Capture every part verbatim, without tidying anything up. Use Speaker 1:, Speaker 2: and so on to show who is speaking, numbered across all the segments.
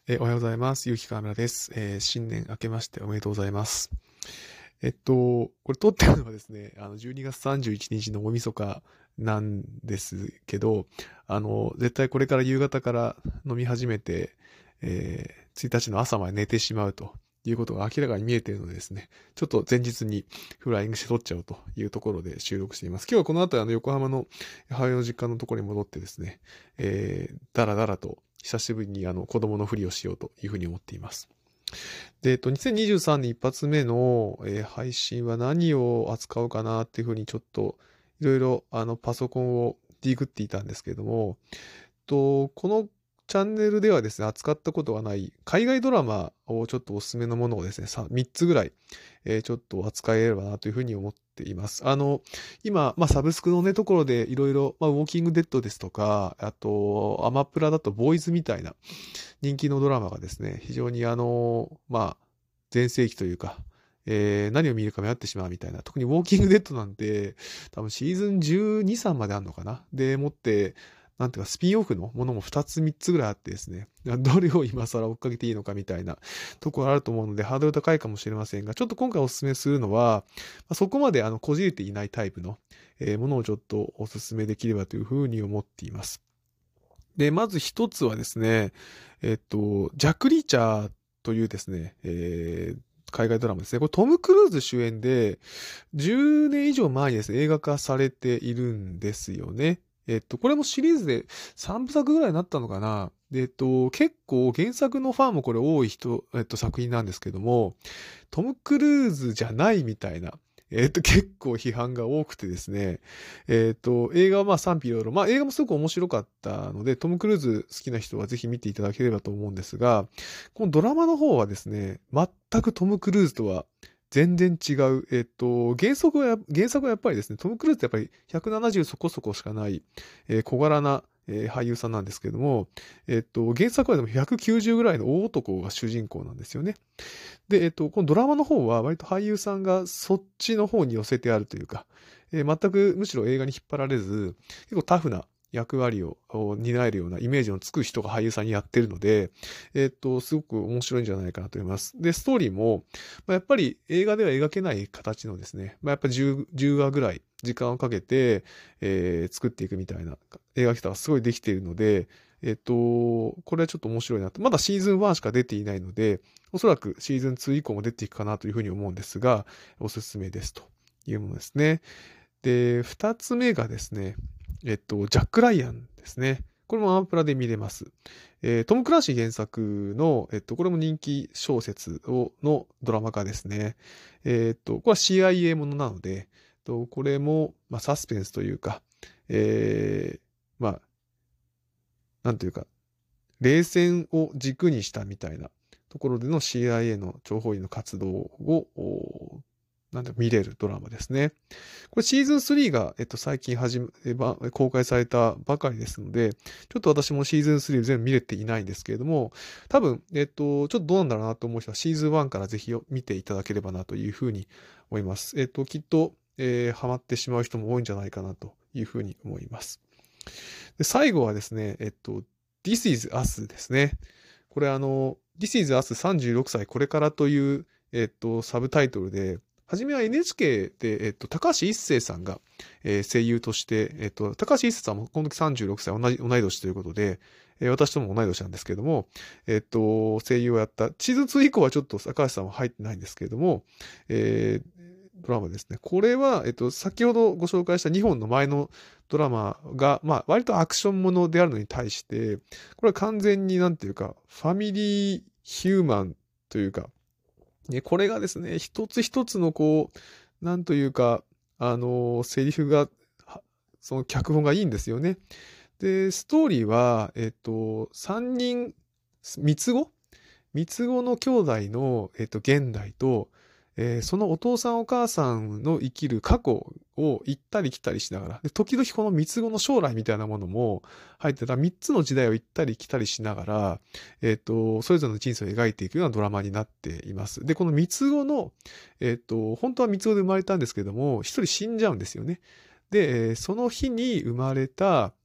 Speaker 1: えーおはようございます。ゆうきかわむらです、えー新年明けましておめでとうございます。えっと、これ撮ってるのはですね、あの、じゅうにがつさんじゅういちにちの大晦日なんですけど、あの、絶対これから夕方から飲み始めて、えーついたちの朝まで寝てしまうということが明らかに見えているのでですね、ちょっと前日にフライングして撮っちゃおうというところで収録しています。今日はこの後あの、横浜の母親の実家のところに戻ってですね、えー、だらだらと久しぶりにあの、子供のふりをしようというふうに思っています。で、えっと、にせんにじゅうさんねん一発目の、えー配信は何を扱うかなっていうふうにちょっといろいろあのパソコンをディグっていたんですけれども、えっと、このチャンネルではですね、扱ったことがない海外ドラマをちょっとおすすめのものをですね、さみっつぐらい、えーちょっと扱えればなというふうに思っています。あの、今、まあ、サブスクのね、ところでいろいろ、まあ、ウォーキングデッドですとか、あと、アマプラだとボーイズみたいな人気のドラマがですね、非常にあの、まあ、全盛期というか、えー何を見るか迷ってしまうみたいな。特にウォーキングデッドなんて、多分シーズンじゅうに、さんまであるのかな。で、もって、なんていうか、スピンオフのものもふたつみっつぐらいあってですね、どれを今更追っかけていいのかみたいなところあると思うので、ハードル高いかもしれませんが、ちょっと今回お勧めするのは、まあそこまであのこじれていないタイプの、えーものをちょっとお勧めできればというふうに思っています。で、まず一つはですね、えっと、ジャック・リーチャーというですね、えー海外ドラマですね。これトム・クルーズ主演で、じゅうねん以上前にですね、映画化されているんですよね。えっと、これもシリーズでさんぶさくぐらいになったのかな。で、えっと、結構原作のファンもこれ多い人、えっと、作品なんですけども、トム・クルーズじゃないみたいな、えっと、結構批判が多くてですね、えっと、映画はまあ賛否両論。まあ映画もすごく面白かったので、トム・クルーズ好きな人はぜひ見ていただければと思うんですが、このドラマの方はですね、全くトム・クルーズとは全然違う。えっと、原作はや、原作はやっぱりですね、トム・クルーズってやっぱりひゃくななじゅうそこそこしかない、えー小柄な、えー俳優さんなんですけども、えっと、原作はでもひゃくきゅうじゅうぐらいの大男が主人公なんですよね。で、えっと、このドラマの方は割と俳優さんがそっちの方に寄せてあるというか、えー全くむしろ映画に引っ張られず、結構タフな役割をを担えるようなイメージのつく人が俳優さんにやってるので、えっと、すごく面白いんじゃないかなと思います。で、ストーリーも、まあ、やっぱり映画では描けない形のですね、まあ、やっぱり じゅう, じゅうわぐらい時間をかけて、えー作っていくみたいな描き方がすごいできているので、えっと、これはちょっと面白いなと。まだシーズンワンしか出ていないので、おそらくシーズンツー以降も出ていくかなというふうに思うんですが、おすすめですというものですね。で、二つ目がですね、えっと、ジャック・ライアンですね。これもアマプラで見れます。えートム・クランシー原作の、えっと、これも人気小説をのドラマ化ですね。えっと、これは シーアイエー ものなので、えっとこれも、まあ、サスペンスというか、えーまあ、なんというか、冷戦を軸にしたみたいなところでの シーアイエー の諜報員の活動を、なんだ見れるドラマですね。これシーズンスリーが、えっと、最近始め、ば公開されたばかりですので、ちょっと私もシーズンスリー全部見れていないんですけれども、多分、えっと、ちょっとどうなんだろうなと思う人はシーズンワンからぜひ見ていただければなというふうに思います。えっと、きっと、えーハマってしまう人も多いんじゃないかなというふうに思います。で、最後はですね、えっと、This is Us ですね。これあの、This is Us さんじゅうろくさいこれからという、えっと、サブタイトルで、はじめは エヌエイチケー で、えっと、高橋一生さんが、えー声優として、えっと、高橋一生さんもこの時さんじゅうろくさい、同じ、同い年ということで、えー私とも同い年なんですけれども、えっと、声優をやった。シーズンツー以降はちょっと高橋さんは入ってないんですけれども、えードラマですね。これは、えっと、先ほどご紹介したにほんの前のドラマが、まあ、割とアクションものであるのに対して、これは完全になんていうか、ファミリーヒューマンというか、ね、これがですね、一つ一つのこう、なんというか、あの、セリフが、はその脚本がいいんですよね。で、ストーリーは、えっと、三人、三つ子三つ子の兄弟の、えっと、現代と、えーそのお父さんお母さんの生きる過去を行ったり来たりしながら、で時々この三つ子の将来みたいなものも入ってた三つの時代を行ったり来たりしながら、えっと、それぞれの人生を描いていくようなドラマになっています。で、この三つ子の、えっと、本当は三つ子で生まれたんですけども、一人死んじゃうんですよね。で、えーその日に生まれた、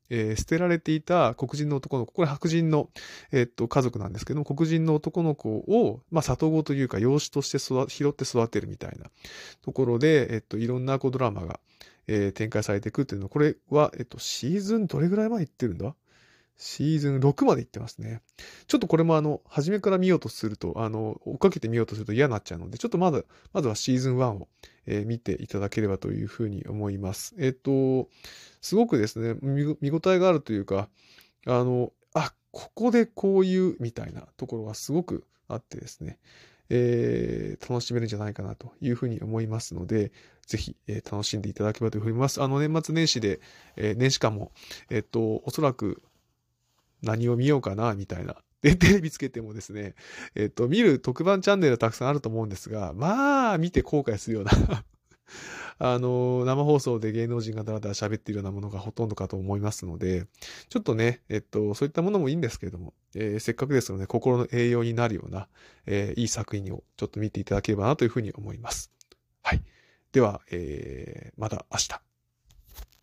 Speaker 1: えー捨てられていた黒人の男の子、これ白人の、えっと、家族なんですけども、黒人の男の子を、まあ、里子というか、養子として育拾って育てるみたいなところで、えっと、いろんなこうドラマが、えー展開されていくっていうのは、これは、えっと、シーズンどれぐらいまで行ってるんだシーズンろくまで行ってますね。ちょっとこれもあの、初めから見ようとすると、あの、追っかけてみようとすると嫌になっちゃうので、ちょっとまず、まずはシーズンワンを、えー見ていただければというふうに思います。えっと、すごくですね、見見応えがあるというか、あの、あ、ここでこういうみたいなところがすごくあってですね、えー楽しめるんじゃないかなというふうに思いますので、ぜひ、えー楽しんでいただければというふうに思います。あの、年末年始で、えー年始間も、えっと、おそらく何を見ようかな、みたいな。で、テレビつけてもですね、えっと、見る特番チャンネルたくさんあると思うんですが、まあ、見て後悔するようなあの、生放送で芸能人がだらだら喋っているようなものがほとんどかと思いますので、ちょっとね、えっと、そういったものもいいんですけれども、えーせっかくですので、心の栄養になるような、えーいい作品をちょっと見ていただければなというふうに思います。はい。では、えーまた明日。